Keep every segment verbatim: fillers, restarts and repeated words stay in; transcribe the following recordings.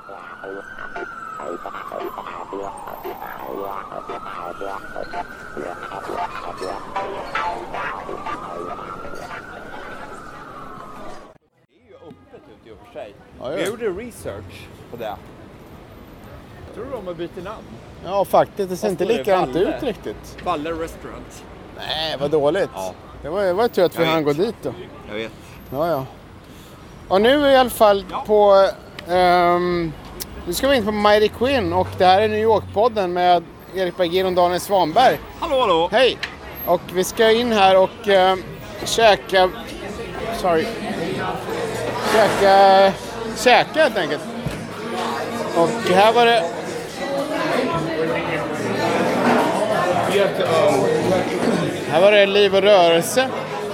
I och för sig. Ja, ja. Jag gjorde research på det. Jag tror de har bytt namn. Ja, faktiskt. Det ser Vad inte står det? likadant Valle? ut riktigt. Valle Restaurant. Nej, vad dåligt. Ja. Det var, det var tur att vi Jag hann gå vet. dit då. Jag vet. Ja, ja. Och nu är i alla fall på... Um, nu ska vi in på Mighty Quinn och det här är New York-podden med Erik Bergin och Daniel Svanberg. Hallå, hallå. Hej! Och vi ska in här och uh, käka... Sorry. Käka... Käka helt enkelt. Och här var det... Här var det liv och rörelse.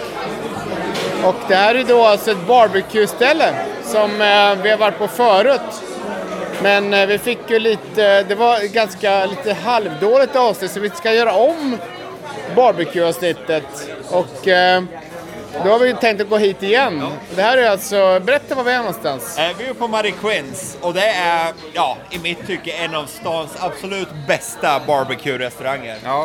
Och det här är då alltså ett barbecue-ställe som eh, vi har varit på förut. Men eh, vi fick ju lite, det var ganska lite halvdåligt avsnitt så vi ska göra om barbecue-avsnittet. Och eh, då har vi tänkt att gå hit igen. Ja. Det här är alltså, berätta var vi är någonstans. Eh, vi är på Mighty Quinns och det är, ja, i mitt tycke en av stans absolut bästa barbecue-restauranger. Ja.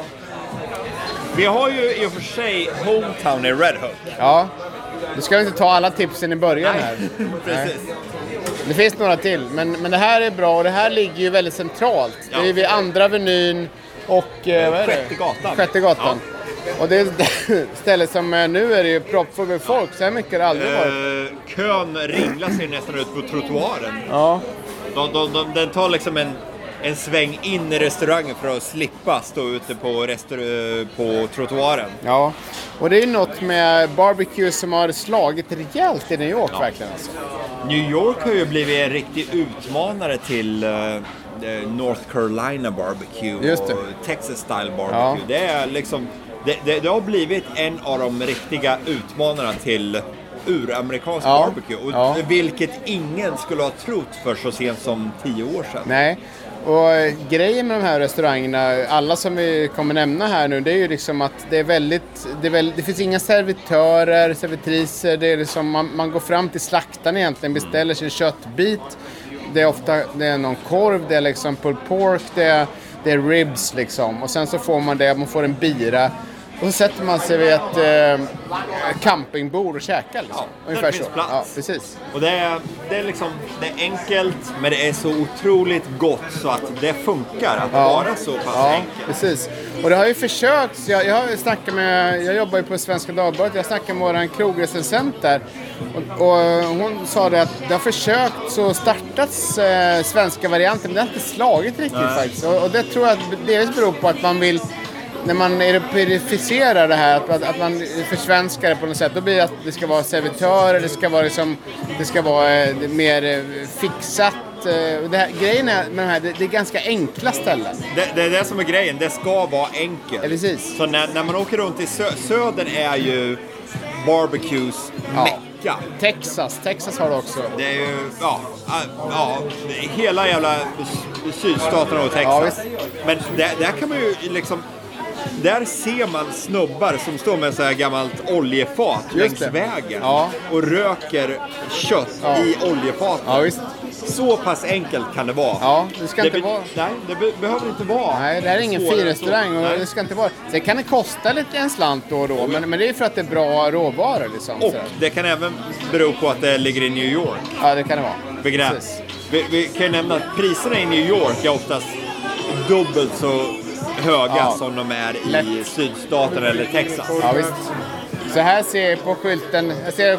Vi har ju i och för sig Hometown i Red Hook. Ja. Nu ska vi inte ta alla tipsen i början här. Precis. Det finns några till, men, men det här är bra och det här ligger ju väldigt centralt. Ja. Det är vid andra Avenyn och eh, vad är det? Sjätte gatan. Sjätte gatan. Och det är stället som eh, nu är det ju proppfullt med folk, så här mycket har det aldrig varit. Eh, kön ringlar sig nästan ut på trottoaren. Ja. De, de, de, den tar liksom en, en sväng in i restaurangen för att slippa stå ute på, restaur- på trottoaren. Ja, och det är något med barbecue som har slagit rejält i New York Ja. verkligen. Alltså. New York har ju blivit en riktig utmanare till uh, North Carolina barbecue Just det. och Texas style barbecue. Ja. Det är liksom, det, det, det har blivit en av de riktiga utmanarna till uramerikansk Ja. barbecue. Och Ja. vilket ingen skulle ha trott för så sent som tio år sedan. Nej, och eh, grejen med de här restaurangerna, alla som vi kommer nämna här nu, det är ju liksom att det är väldigt, det, är väl, det finns inga servitörer, servitriser, det är liksom, man, man går fram till slaktaren egentligen, beställer sin köttbit, det är ofta det är någon korv, det är liksom pulled pork, det är, det är ribs liksom, och sen så får man det, man får en bira. Och så sätter man sig vid ett eh, campingbord och käkar liksom. Ja, Ungefär där finns så. plats. Ja, precis. Och det är, det är liksom, det är enkelt, men det är så otroligt gott så att det funkar att Ja. vara så pass Ja, enkelt. precis. Och det har ju försökt, jag, jag har snackat med, jag jobbar ju på Svenska Dagbladet, jag snackade med våran krogrecensent där. Och, och hon sa det att det har försökt så startats eh, svenska varianter, men det har inte slagit riktigt Nej. faktiskt. Och, och det tror jag delvis beror på att man vill, när man europeificerar det här, att, att man försvenskar det på något sätt, då blir det att det ska vara servitörer, det ska vara, liksom, det ska vara eh, mer eh, fixat. Eh, det här, grejen är med de här, det, det är ganska enkla ställen. Det, det är det som är grejen, det ska vara enkelt. Ja, precis. Så när, när man åker runt i sö- södern är ju barbecues Ja. mecka. Texas, Texas har det också. Det är ju, ja, ja, ja hela jävla s- sydstaterna och Ja, Texas. visst. Men där, där kan man ju liksom, där ser man snubbar som står med så här gammalt oljefat Just längs det. vägen Ja. och röker kött Ja. i oljefatet. Ja, visst. Så pass enkelt kan det vara. Ja, det ska inte be- vara. Nej, det be- behöver inte vara. Nej, det här är ingen svårare fin än så. restaurang och Nej. det ska inte vara. Sen kan det kosta lite en slant då och då, men, men det är för att det är bra råvaror liksom. Och sådär. det kan även bero på att det ligger i New York. Ja, det kan det vara. Begräns. Precis. Vi, vi kan ju nämna att priserna i New York är oftast dubbelt så höga Ja. som de är i Lätt. sydstaten eller Texas. Ja, visst. Så här ser jag på skylten, jag ser,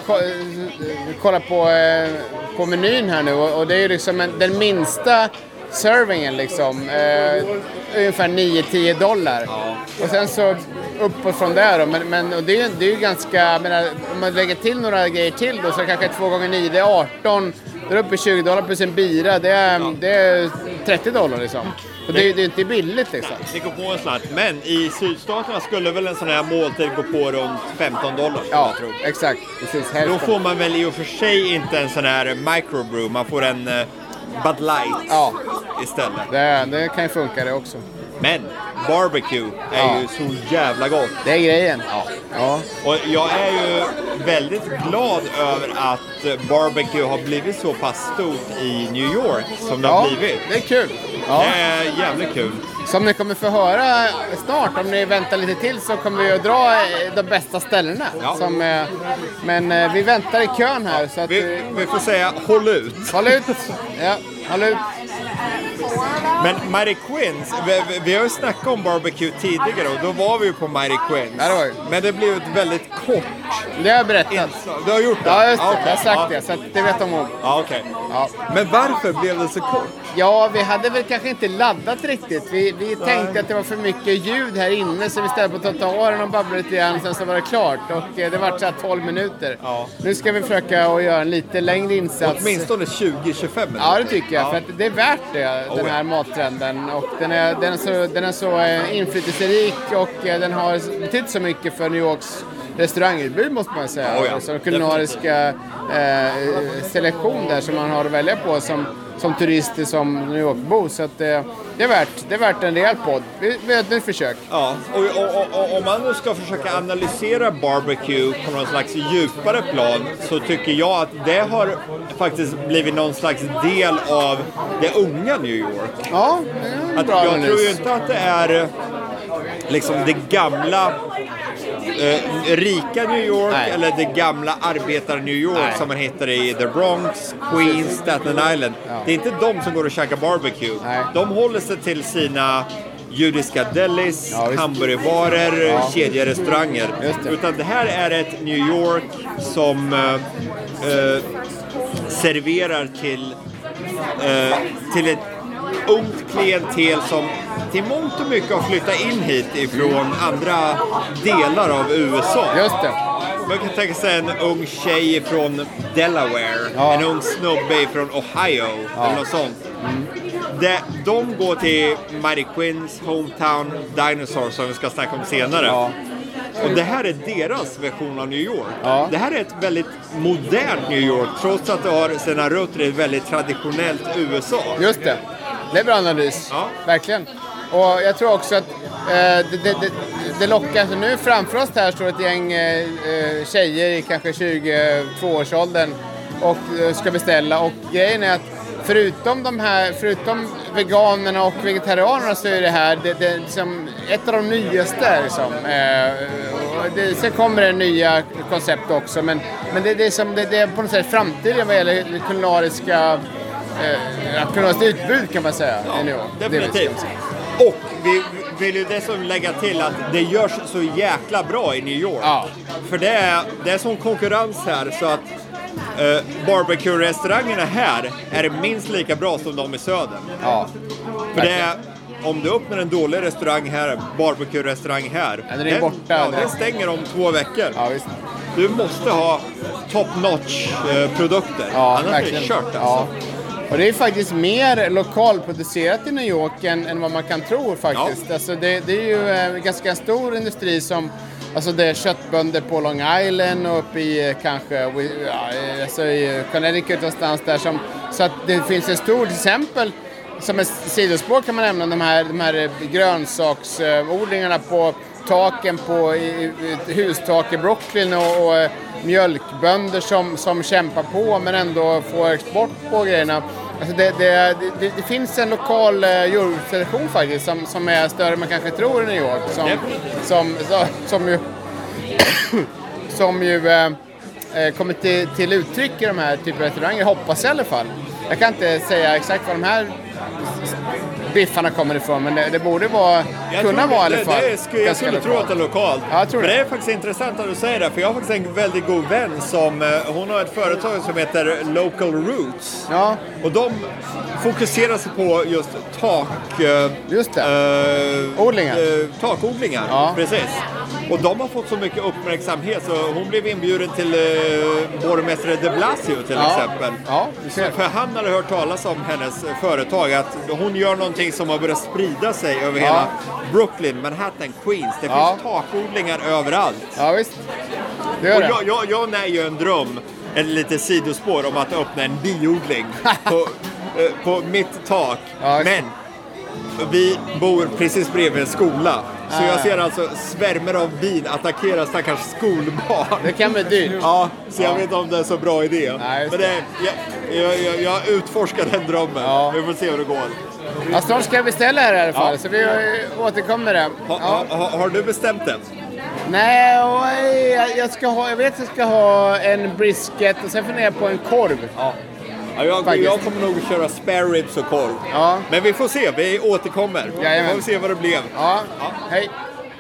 kolla på, eh, på menyn här nu och, och det är ju liksom en, den minsta servingen liksom, eh, ungefär nio till tio dollar. Ja. Och sen så uppåt från där då, men, men och det, är, det är ju ganska, jag menar, om man lägger till några grejer till då så kanske två gånger nio, det är arton, då är det uppe i tjugo dollar plus en bira, det är, Ja. det är trettio dollar liksom. Och det, är- det är inte billigt liksom. Det går på en slant, men i sydstaterna skulle väl en sån här måltid gå på runt femton dollar. Ja, jag tror. exakt. Precis, Då hälften. får man väl i och för sig inte en sån här microbrew, man får en uh, Bud Light Ja. istället. Det, det kan ju funka det också. Men barbecue är Ja. ju så jävla gott. Det är grejen. Ja. Ja. Och jag är ju väldigt glad över att barbecue har blivit så pass stort i New York som det Ja, har blivit. det är kul. Ja. Det är jävligt kul. Som ni kommer få höra snart, om ni väntar lite till, så kommer vi att dra eh, de bästa ställena. Ja. Som, eh, men eh, vi väntar i kön här, så att, Vi, eh, vi får säga håll ut. håll ut. Ja, håll ut. Men Mighty Quins, vi, vi, vi har ju snackat om barbecue tidigare och då var vi ju på Mighty Quins. Ja, det var vi. Men det blev ett väldigt kort Det har jag berättat. inslag. Du har gjort det? Ja, just det. Ah, okej. Jag har sagt Ja. det, så att det vet de om. Ja, okej. Ja. Men varför blev det så kort? Ja, vi hade väl kanske inte laddat riktigt. Vi, vi tänkte att det var för mycket ljud här inne, så vi ställde på trottoaren och babblade lite grann, sen så var det klart. Och eh, det var så här tolv minuter. Ja. Nu ska vi försöka att göra en lite längre insats. Åtminstone tjugo till tjugofem minuter. Ja, det tycker jag. Ja. För att det är värt det, den ja. här mattrenden. Och den är, den är så, den är så eh, inflytelserik och eh, den har betytt så mycket för New Yorks restaurangutbud, måste man säga. Ja, ja. Så kulinariska eh, selektion där som man har att välja på som, som turister, som New York-bo. Så att, eh, det, är värt, det är värt en rejäl podd. Vi, vi gör ett nytt försök. Ja, och, och, och, och om man nu ska försöka analysera barbecue på någon slags djupare plan så tycker jag att det har faktiskt blivit någon slags del av det unga New York. Ja, det är en Att bra jag analys. tror ju inte att det är liksom det gamla eh, rika New York Nej. eller det gamla arbetar New York Nej. som man hittar i The Bronx, Queens, Staten Island. Ja. Det är inte de som går och käkar barbecue. Nej. De håller sig till sina judiska delis, Ja, visst. hamburgerbarer, Ja. kedjerestauranger. Just det. Utan det här är ett New York som eh, eh, serverar till, eh, till ett ungt klientel som till mångt och mycket har flyttat in hit ifrån andra delar av U S A. Just det. Man kan tänka sig en ung tjej från Delaware, Ja. en ung snubbe från Ohio eller något sånt. Det, de går till Mighty Quins Hometown Dinosaur som vi ska snacka om senare. Ja. Och det här är deras version av New York. Ja. Det här är ett väldigt modernt New York trots att det har sina rötter i ett väldigt traditionellt U S A. Just det. Det är bra analys. Ja. Verkligen. Och jag tror också att eh, det, det, det, det lockar. Så nu framför oss här står ett gäng eh, eh, tjejer i kanske tjugotvå-årsåldern och eh, ska beställa. Och grejen är att förutom de här, förutom veganerna och vegetarianerna, så är det här det, det, liksom ett av de nyaste. Liksom. Eh, och det, sen kommer det nya koncept också, men, men det, det, är som, det, det är på något sätt framtiden vad gäller det kulinariska Eh, kulinarisk utbud, kan man säga. Ja, i New York. definitivt. Och vi vill ju dessutom lägga till att det görs så jäkla bra i New York. Ja. För det är, det är sån konkurrens här så att eh, barbecue-restaurangerna här är minst lika bra som de i södern. Ja. För det är, om du öppnar en dålig restaurang här, barbecue-restaurang här, Ja, den är borta. ja, Den- den stänger om två veckor. Ja, visst. Du måste ha top-notch eh, produkter, Ja, annars verkligen. är det kört alltså. Ja. Och det är faktiskt mer lokalproducerat i New York än, än vad man kan tro faktiskt. Ja. Alltså det, det är ju en ganska stor industri som, alltså det är köttbönder på Long Island och uppe i kanske, ja, alltså i Connecticut någonstans där som, så att det finns en stor, till exempel, som ett sidospår kan man nämna de här, de här grönsaksodlingarna på taken på i, i, hustak i Brooklyn och, och eh, mjölkbönder som, som kämpar på men ändå får export på grejerna. Alltså det, det, det, det finns en lokal eh, jordbrukstradition faktiskt som, som är större än man kanske tror i New York. Som, som, som, som ju, som ju eh, eh, kommer till, till uttryck i de här typen av restauranger, hoppas jag i alla fall. Jag kan inte säga exakt var de här biffarna kommer ifrån, men det, det borde vara, Jag kunna tror vara i alla det, fall. det, det skulle, jag ganska skulle tro lokalt. att det är lokalt. Ja, jag tror Men det. det är faktiskt intressant att du säger det, för jag har faktiskt en väldigt god vän som, eh, hon har ett företag som heter Local Roots. Ja, Och de fokuserar sig på just tak... eh, Just det. eh, Odlingar. eh, takodlingar, Ja. precis. Och de har fått så mycket uppmärksamhet så hon blev inbjuden till eh, borgmästare de Blasio till ja. exempel. Ja, du ser. För han hade hört talas om hennes företag, att hon gör någonting som har börjat sprida sig över Ja. hela Brooklyn, Manhattan, Queens. Det Ja. finns takodlingar överallt. Ja, visst. Det gör Och det. jag, jag, jag när ju en dröm, en lite sidospår om att öppna en biodling på, eh, på mitt tak. Ja, Men vi bor precis bredvid en skola. Så Ah. jag ser alltså svärmar av bin attackera stackars skolbarn. Det kan bli dyrt. Ja, så jag Ja. vet inte om det är så bra idé. Nej, just Men det, jag, jag, jag, jag utforskar den drömmen. Ja. Vi får se hur det går. Ja, snart ska jag beställa här i alla fall, Ja. så vi eh, återkommer det. Ha, Ja. ha, ha, har du bestämt det? Nej, och, eh, jag, jag, ska ha, jag vet att jag ska ha en brisket och sen funderar jag på en korv. Ja. Ja, jag, Faktiskt. jag kommer nog att köra spare ribs och korv. Ja. Men vi får se, vi återkommer. Jajamän. Vi får se vad det blev. Ja, Ja. hej.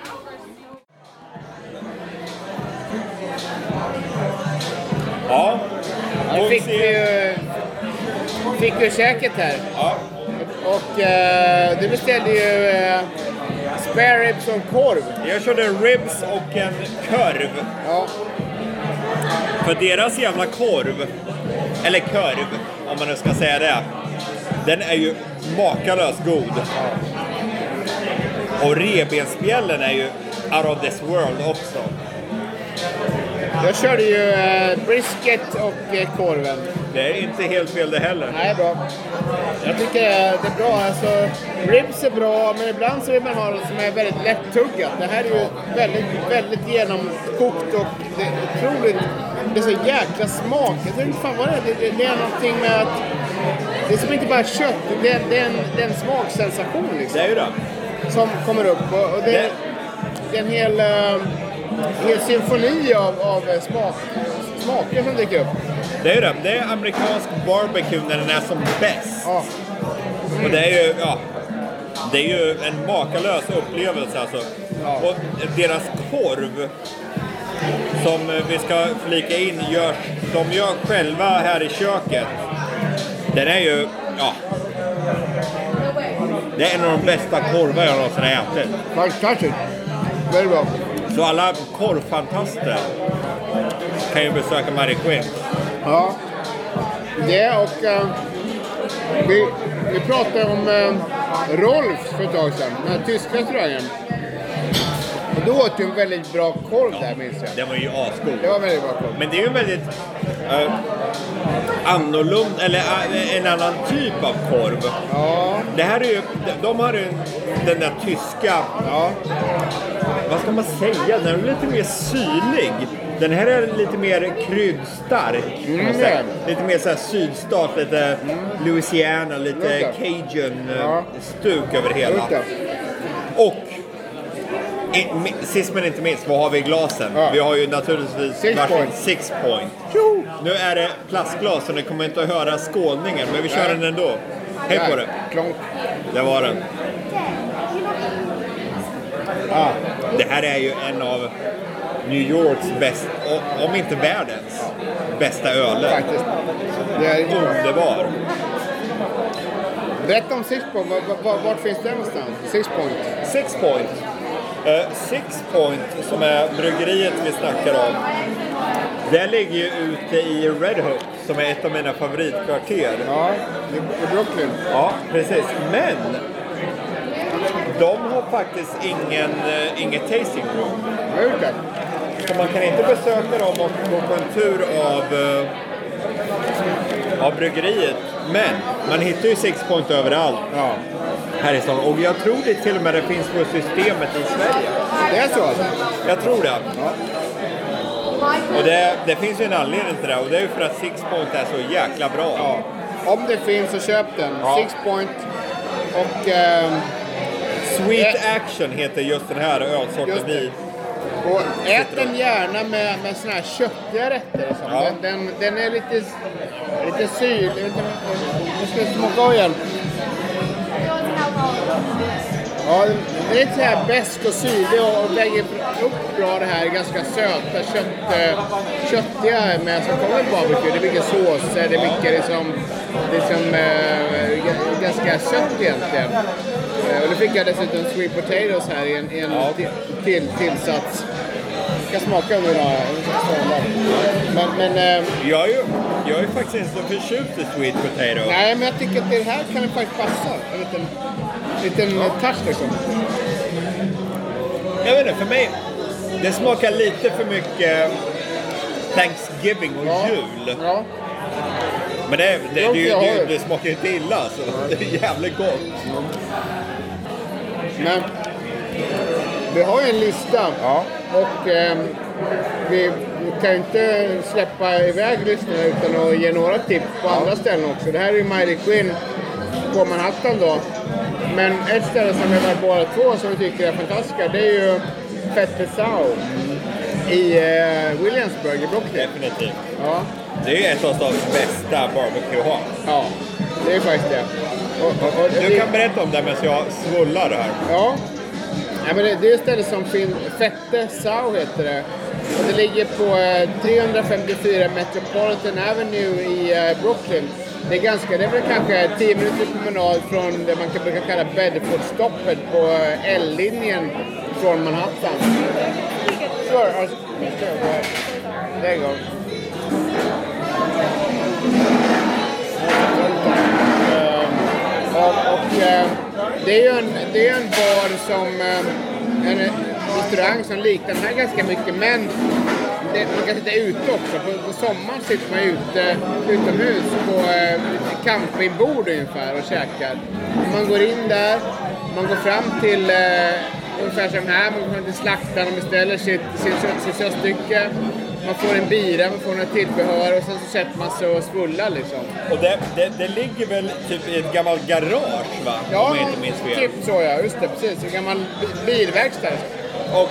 Ja, Nu får vi fick vi se. ju fick ju käket här. Ja. Och eh, du beställde ju eh, spare ribs och en korv. Jag körde en ribs och en korv. Ja, För deras jävla korv, eller korv om man nu ska säga det, den är ju makalöst god. Och revbensspjällen är ju out of this world också. jag körde ju eh, brisket och eh, korven. Det är inte helt fel det heller. Nej, bra. Jag tycker det är bra. Alltså, ribs är bra, men ibland så vill man ha något som är väldigt lättuggat. Det här är ju väldigt, väldigt genomkokt och det är otroligt... Det är så jäkla smak. Jag tror inte fan vad det är. Det, det är någonting med att... Det är som inte bara kött. Det är, det är, en, det är en smaksensation liksom. Det är ju det. Som kommer upp. Och, och det, Det- det är en hel, uh, hel symfoni av, av smak, smaker som dyker upp. Det är ju det. Det är amerikansk barbecue när den är som bäst. Ja. Och det är ju, ja, det är ju en makalös upplevelse alltså. Ja. Och deras korv som vi ska flika in görs, de gör själva här i köket. Den är ju, ja, det är en av de bästa korvar jag någonsin har ätit. Fantastiskt. Väldigt bra. Så alla korvfantaster kan ju besöka Marie Quinn. Ja. Det och uh, vi, vi pratade om uh, Rolfs för ett tag sedan, den här tyska restaurangen. Och då åt ju en väldigt bra korv där, minns jag. Den var ju asgod. Det var väldigt bra korv. Men det är ju en väldigt uh, annorlunda, eller uh, en annan typ av korv. Ja. Det här är ju, de har ju den där tyska, Ja. vad ska man säga, den är lite mer syrlig. Den här är lite mer kryddstark. kan man Mm, säga. ja. Lite mer så här sydstat, lite Louisiana, lite Just det. Cajun eh, Ja. stuk över hela. Just det. Och i, mi- sist men inte minst, vad har vi i glasen? Ja. Vi har ju naturligtvis Six varsin point. six point. Tjo! Nu är det plastglas så ni kommer inte att höra skålningen, men vi kör Nej. den ändå. Hej på Där. det. Klonk. Det var den. Ja. Det här är ju en av New Yorks bästa, om inte världens bästa öler. Faktiskt. Det är Underbar. Berätta om Six Point. Vart, vart, vart finns det någonstans? Six Point. Six Point. Uh, Six Point, som är bryggeriet vi snackar om, det ligger ju ute i Red Hook, som är ett av mina favoritkvarter. Ja, i, i Brooklyn. Ja, precis. Men de har faktiskt ingen, uh, inget tasting room. Jag har gjort det. Så man kan inte besöka dem och gå på en tur av, uh, av bryggeriet. Men man hittar ju Six Point överallt Ja. här i stan. Och jag tror det till och med det finns på systemet i Sverige. Det är så alltså? Jag tror det. Ja. Och det, det finns ju en anledning till det. Och det är ju för att Six Point är så jäkla bra. Ja. Om det finns så köp den. Ja. Six Point och... ehm, Sweet Ä- Action heter just den här ölsorten Just det. vi. Och ät den gärna med, med såna här köttiga rätter. Och så. Ja. Den, den, den är lite, lite syrlig. Nu ska jag smaka av igen. Ja, den är lite så här besk och syrlig och, och lägger upp bra det här ganska söta kött, eh, köttiga med som kommer på barbecue. Det är mycket såser, det är mycket liksom, liksom eh, g- ganska sött egentligen. Eh, och då fick jag dessutom sweet potatoes här i en, i en Ja. till, till, tillsats. Jag ska smaka om du vill ha. Men, men eh, Jag är ju, jag är ju faktiskt inte så förtjust i Sweet Potato. nej, men jag tycker att det här kan det faktiskt passa. En liten, liten ja. touch liksom. Jag vet inte, för mig, det smakar lite för mycket Thanksgiving och Ja. jul. Ja. Men det, det, Jo, det, jag har det, det. det smakar ju inte illa alltså. Det är jävligt gott. Men vi har ju en lista. Ja. Och eh, vi kan ju inte släppa iväg lyssnarna utan att ge några tips på andra ställen också. Det här är ju Mighty Quinn på Manhattan då. Men ett ställe som vi har varit båda två som vi tycker är fantastiska, det är ju Fette Sau i eh, Williamsburg i Brooklyn. Definitivt. Ja. Det är ett av de bästa barbecue har. Ja, det är faktiskt det. Och, och, och, du kan berätta om det medan jag svullar det här. Ja. Ja, men det, det är ett ställe som finns, Fette Sau heter det. Och det ligger på eh, trehundrafemtiofyra Metropolitan Avenue i eh, Brooklyn. Det är ganska, det är väl kanske tio minuter promenad från det man kan brukar kalla Bedford-stoppet på eh, L-linjen från Manhattan. Sure, I'll, sure, go ahead. There you go. Uh, och och uh, det är ju en, det är en bar som, uh, en restaurang som liknar den här ganska mycket, men det, man kan sitta ute också. På, på sommaren sitter man ute utomhus på uh, campingbord ungefär och käkar. Man går in där, man går fram till uh, ungefär som här, man går fram till slaktaren och beställer sitt, sitt, sitt, sitt stycke. Man får en bira, man får några tillbehör och sen så sätter man sig och svullar liksom. Och det, det, det ligger väl typ i ett gammalt garage, va? Ja, om jag inte minns fel. typ så ja, just det, precis. En gammal bilverkstad. Och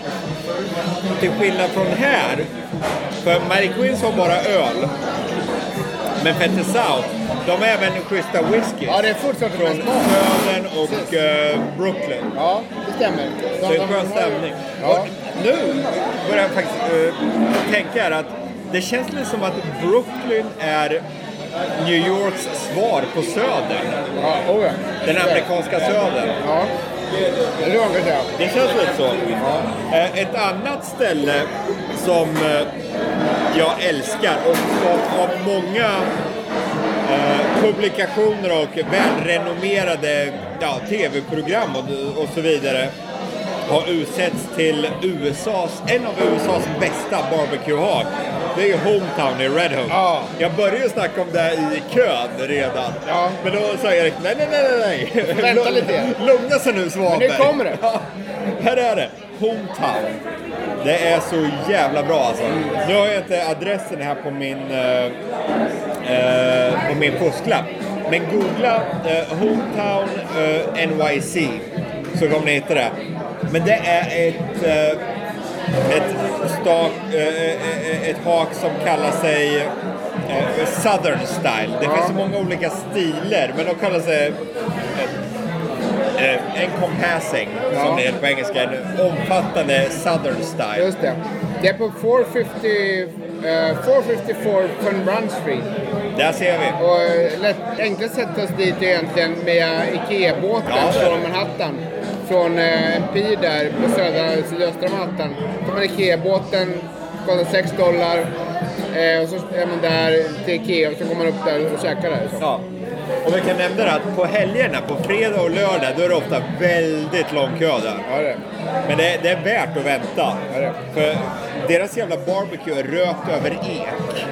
till skillnad från här, för Mighty Quinn har bara öl. Men Fette Sau, de har även schyssta whisky. Ja, det är fortsatt från Södern och uh, Brooklyn. Ja, det stämmer. De, så det är en skön stämning. Ja. Och nu börjar jag faktiskt uh, tänka här att det känns lite som att Brooklyn är New Yorks svar på Södern. Ja, oh ja. Den amerikanska Södern. Ja. Det, det känns lite så. Ja. Ett annat ställe som jag älskar och som av många eh, publikationer och välrenommerade ja, tv-program och, och så vidare har utsetts till U S A's, en av U S A's bästa barbecue-hag. Det är ju Hometown i Red Hook. Ja. Jag började ju snacka om det i kön redan. Ja. Men då sa Erik, nej, nej, nej, nej. Vänta lite. Lugna sig nu, Svaberg. Men nu kommer det. Ja, här är det. Hometown. Det är så jävla bra alltså. Mm. Nu har jag inte adressen här på min, uh, uh, på min påsklapp. Men googla uh, Hometown uh, N Y C så kommer ni hitta det. Men det är ett... Uh, Ett, stak, eh, ett hak som kallar sig eh, Southern Style. Det ja. finns så många olika stilar, men de kallar sig eh, eh, en compassing, ja. som det heter på engelska, en omfattande Southern Style. Just det. Det är på four fifty, uh, four fifty-four Fun Run Street. Där ser vi. Och lätt, enklast sätt oss dit egentligen med Ikea-båten ja, från Manhattan. Från eh, en pir där på södra sydöstra Manhattan. Så man Ikea-båten, kostar sex dollar. Eh, och så är man där till Ikea och så kommer man upp där och käkar där. Så. Ja. Och vi kan nämna det att på helgerna, på fredag och lördag, då är det ofta väldigt lång kö där. Ja, det är. Men det, det är värt att vänta. Ja, det är. För deras jävla barbecue är rökt över ek.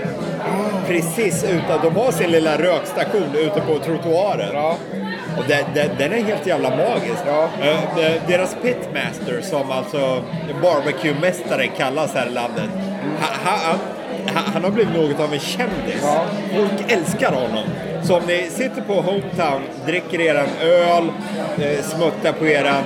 Precis utan, de har sin lilla rökstation ute på trottoaren. Ja. Och det, det, den är helt jävla magisk. Ja. Uh, deras pitmaster, som alltså barbecue-mästare kallas här i landet. Ha, ha, han, han har blivit något av en kändis. Ja. Folk älskar honom. Så om ni sitter på Hometown, dricker eran öl, eh, smuttar på eran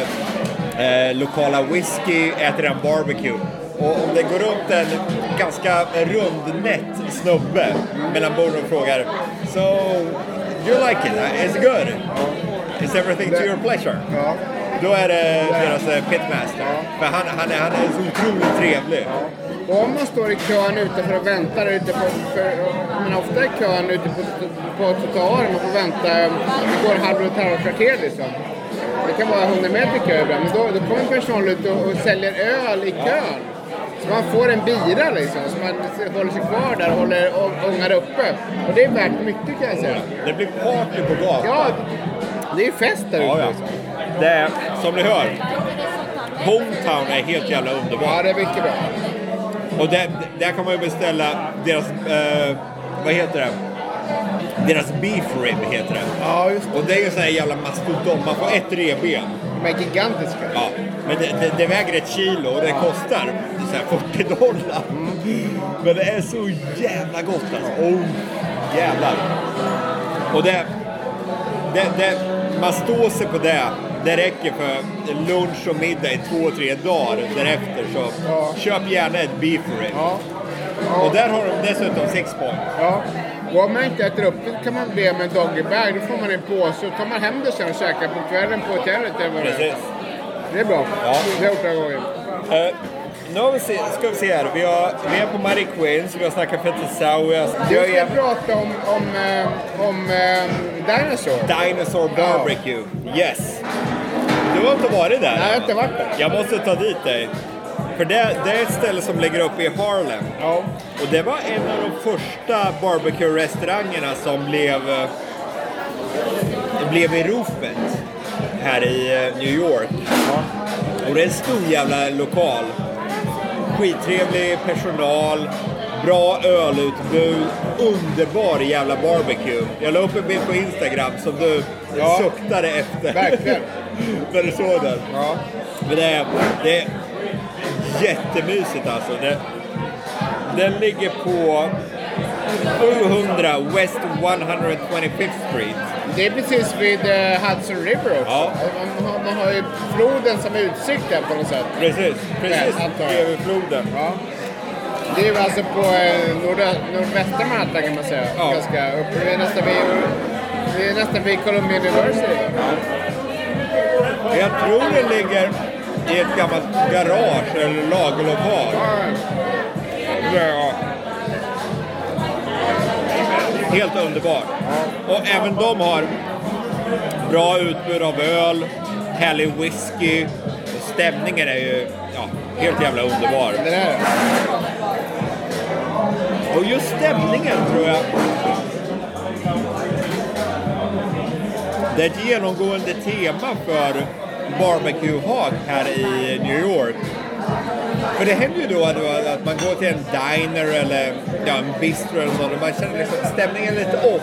eh, eh, lokala whisky, äter en barbecue. Och om det går runt en ganska rundnätt snubbe mellan borden och frågar So, do you like it? Is it good? Is everything to your pleasure? Ja. Då är det deras pitmaster. Ja. För han, han, är, han är så otroligt trevlig. Ja. Och om man står i kön utanför och väntar ute på, för, men ofta är kön ute på, på trottoaren, man får vänta, det går en halv kvarter liksom. Det kan vara hundra meter kö ibland, men då, då kommer personal ut och, och säljer öl i kön. Så man får en bira liksom, så man håller sig kvar där och håller ångar uppe. Och det är värt mycket kan jag säga. Det blir party på gatan. Ja, det är ju fest där ute. Ja, ja. Liksom. Det är, som ni hör, Hometown är helt jävla underbart. Ja, det är mycket bra. Och där, där kan man ju beställa deras, eh, vad heter det? Deras beef rib heter det. Ja, just det. Och det är ju sån här jävla mastodon. Man får ett revben. De är gigantiska. Ja, men det, det, det väger ett kilo och det kostar så här fyrtio dollar. Mm. Men det är så jävla gott alltså. Oh, jävlar. Och det, det, det, man står sig på det. Det räcker för lunch och middag i två, tre dagar därefter. Så ja. Köp gärna ett beef rib. Ja. Ja. Och där har de dessutom six point. Ja. Och om man inte äter upp det kan man be med en doggy bag. Då får man en påse och tar man hem det sen och käkar på kvällen på hotellet. Precis. Det är bra. Ja. Det har gjort några gånger. Uh, nu har vi se, ska vi se här. Vi, har, vi är på Mary Queens. Vi har snackat fettisauer. Du ska är... prata om, om, om, om um, Dinosaur. Dinosaur barbecue. Ja. Yes. Du har inte varit där? Nej, jag har inte varit där. Jag måste ta dit dig. För det, det är ett ställe som ligger uppe i Harlem. Ja. Och det var en av de första barbecue-restaurangerna som blev, blev i ropet här i New York. Ja. Och det är en stor jävla lokal. Skittrevlig personal, bra ölutbud, underbar jävla barbecue. Jag la upp en bild på Instagram som du ja. suktade efter. Verkligen. När du såg den. Ja. Men det är, det är jättemysigt alltså. Det, den ligger på sjuhundra West etthundratjugofemte Street. Det är precis vid uh, Hudson River också. Ja. Man, har, man har ju floden som utsikt där på något sätt. Precis, precis. Bredvid floden. Ja. Det är ju alltså på eh, nordö, nordvästra Manhattan kan man säga. Ja. Ganska upp, vi är nästan vid, vi är nästan vid Columbia University. Ja. Jag tror det ligger i ett gammalt garage eller lagerlokal. Ja. Ja. Helt underbart. Ja. Och även de har bra utbud av öl, härlig whisky. Stämningen är ju ja, helt jävla underbar. Det är det. Och just stämningen tror jag det är ett genomgående tema för barbecue-hak här i New York. För det händer ju då att, att man går till en diner eller ja, en bistro eller något och man känner liksom stämningen lite off.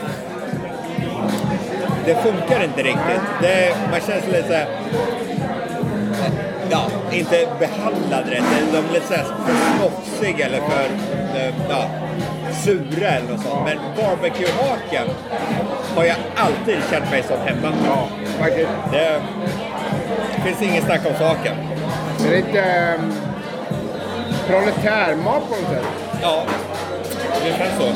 Det funkar inte riktigt. Det, man känner sig lite så här, ja, inte behandlad rätt. De är lite så här för snofsiga eller för ja, sura eller något sånt. Men barbecue-haken har jag alltid känt mig som hemma. Ja, faktiskt. Det finns ingen snack om saken. Det är lite um, proletärmat på något sätt. Ja, det känns så.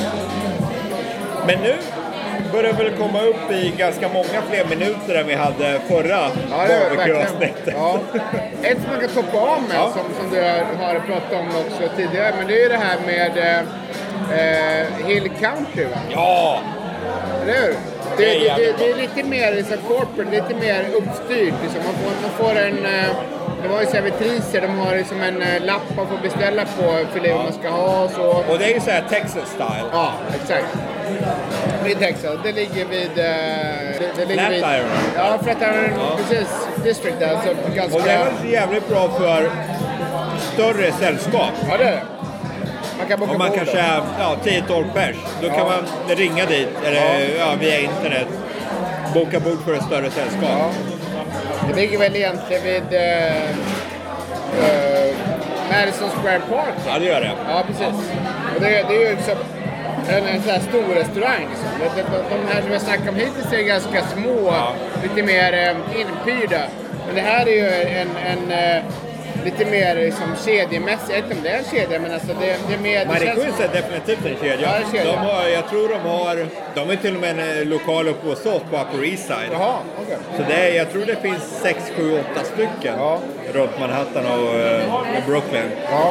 Men nu börjar väl komma upp i ganska många fler minuter än vi hade förra ja, barbecue-avsnittet. Ja. Ett som man kan toppa av med, ja. som, som du har pratat om också tidigare, men det är ju det här med eh, Hill Country, va? Ja! Eller hur? Det, det, det, det, det är lite mer liksom, corporate, lite mer uppstyrt. Liksom. Man, får, man får en... Det var ju servitriser, de har liksom en lapp man får beställa på för det ja. man ska ha och så. Och det är ju så här Texas style. Ja, exakt. Vid Texas, det ligger vid... Det, det ligger vid Flatiron. Ja, Flatiron, ja. precis. District där. Så ganska... Och det är väl jävligt bra för större sällskap. Ja, det är det. Man kan boka Om man bord kanske är ja, tio tolv pers, då ja. kan man ringa dit eller ja. Ja, via internet. Boka bord för ett större sällskap. Ja. Det ligger väl egentligen vid uh, uh, Madison Square Park. Så. Ja, det gör det. Ja, precis. Och det, det är ju liksom en, en sån här stor restaurang. Liksom. De, de, de här som jag snackat om hittills är ganska små, ja. lite mer uh, inpyrda. Men det här är ju en, en uh, lite mer liksom kedjemässigt. Jag vet inte om det är en kedja, men alltså det, det är mer... Mary Queens känns... är definitivt en kedja. Ja, en kedja. De har, jag tror de har... De är till och med en lokal uppe hos oss på Upper East Side. Jaha, okej. Okay. Så det är, jag tror det finns sex, sju, åtta stycken ja. runt Manhattan och, och Brooklyn. Ja.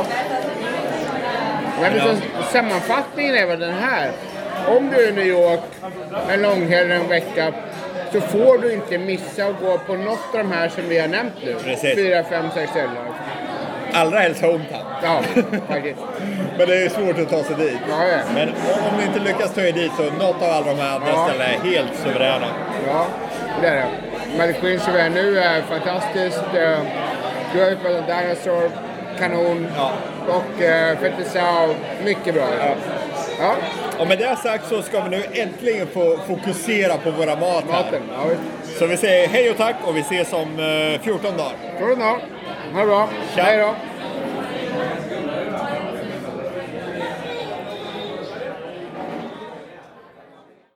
Men liksom, sammanfattningen är väl den här. Om du är i New York en långhelg en vecka, så får du inte missa att gå på något av de här som vi har nämnt nu. Precis. Fyra, fem, sex ställen. Allra helst hometown. Ja, faktiskt. Men det är svårt att ta sig dit. Ja, ja. Men om vi inte lyckas ta er dit så något av alla de här andra ja. ställen är helt suveräna. Ja, det är det. Mary Queens som är nu är fantastiskt. Du har ju pratat om Dinosaur, kanon. Ja. Och uh, Fettisau, mycket bra. Ja. Ja. Och med det sagt så ska vi nu äntligen få fokusera på våra mat här. Maten, ja. Så vi säger hej och tack och vi ses om fjorton dagar. fjorton dagar. Ha det bra. Tja. Hej då.